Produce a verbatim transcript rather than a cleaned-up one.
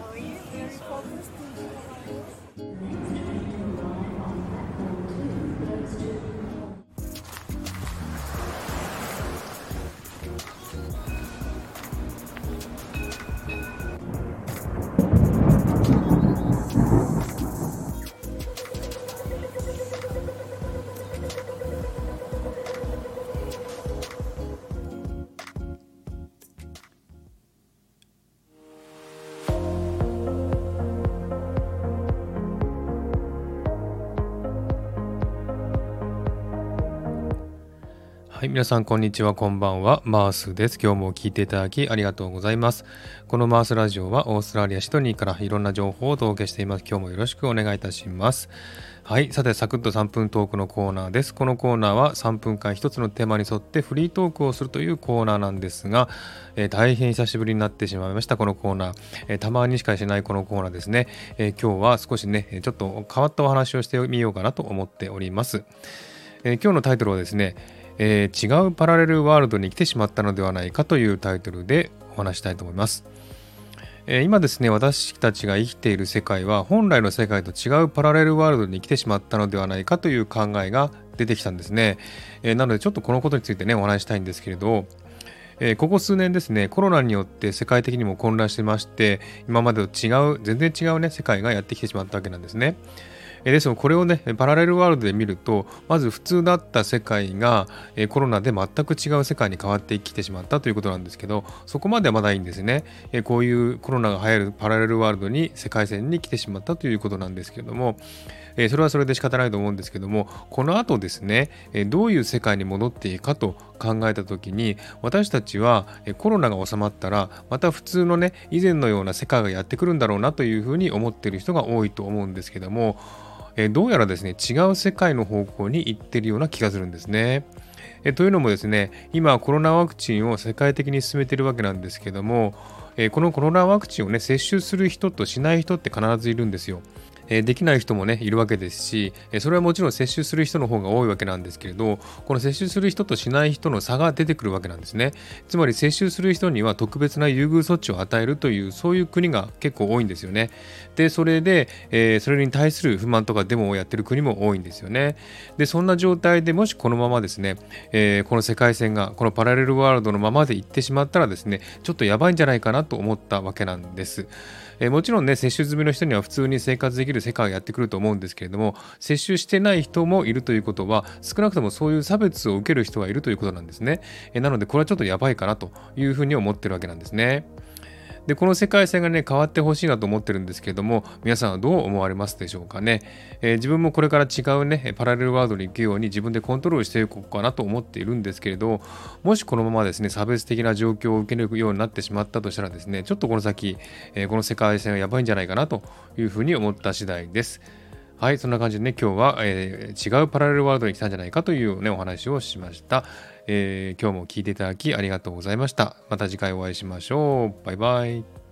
Are you very focused in Japan? はい、皆さんこんにちは、こんばんは。マースです。今日も聞いていただきありがとうございます。このマースラジオはオーストラリアシドニーからいろんな情報をお届けしています。今日もよろしくお願いいたします。はい、さてサクッとさんぷんトークのコーナーです。このコーナーはさんぷんかん一つのテーマに沿ってフリートークをするというコーナーなんですが、えー、大変久しぶりになってしまいましたこのコーナー、えー、たまにしかしないこのコーナーですね、えー、今日は少しねちょっと変わったお話をしてみようかなと思っております。えー、今日のタイトルはですね、えー、違うパラレルワールドに来てしまったのではないかというタイトルでお話したいと思います。えー、今ですね、私たちが生きている世界は本来の世界と違うパラレルワールドに来てしまったのではないかという考えが出てきたんですね。えー、なのでちょっとこのことについてねお話したいんですけれど、えー、ここ数年ですね、コロナによって世界的にも混乱してまして、今までと違う全然違うね世界がやってきてしまったわけなんですね。ですのでこれをねパラレルワールドで見ると、まず普通だった世界がコロナで全く違う世界に変わってきてしまったということなんですけど、そこまではまだいいんですね。こういうコロナが流行るパラレルワールドに世界線に来てしまったということなんですけれども、それはそれで仕方ないと思うんですけども、この後ですね、どういう世界に戻っていくかと考えたときに、私たちはコロナが収まったらまた普通のね以前のような世界がやってくるんだろうなというふうに思っている人が多いと思うんですけども、えどうやらですね違う世界の方向に行っているような気がするんですね。えというのもですね、今コロナワクチンを世界的に進めているわけなんですけども、えこのコロナワクチンをね接種する人としない人って必ずいるんですよ。えできない人もねいるわけですし、それはもちろん接種する人の方が多いわけなんですけれど、この接種する人としない人の差が出てくるわけなんですね。つまり接種する人には特別な優遇措置を与えるという、そういう国が結構多いんですよね。でそれで、えー、それに対する不満とかデモをやってる国も多いんですよね。でそんな状態でもしこのままですね、えー、この世界線がこのパラレルワールドのままで行ってしまったらですね、ちょっとやばいんじゃないかなと思ったわけなんです。えー、もちろんね接種済みの人には普通に生活できる世界がやってくると思うんですけれども、接種してない人もいるということは、少なくともそういう差別を受ける人がいるということなんですね。えー、なのでこれはちょっとやばいかなというふうに思ってるわけなんですね。でこの世界線がね変わってほしいなと思ってるんですけれども、皆さんはどう思われますでしょうかね。えー、自分もこれから違うねパラレルワールドに行くように自分でコントロールしていこうかなと思っているんですけれど、もしこのままですね差別的な状況を受けるようになってしまったとしたらですね、ちょっとこの先、えー、この世界線はやばいんじゃないかなというふうに思った次第です。はい、そんな感じでね、今日は、えー、違うパラレルワールドに来たんじゃないかというね、お話をしました。えー、今日も聞いていただきありがとうございました。また次回お会いしましょう。バイバイ。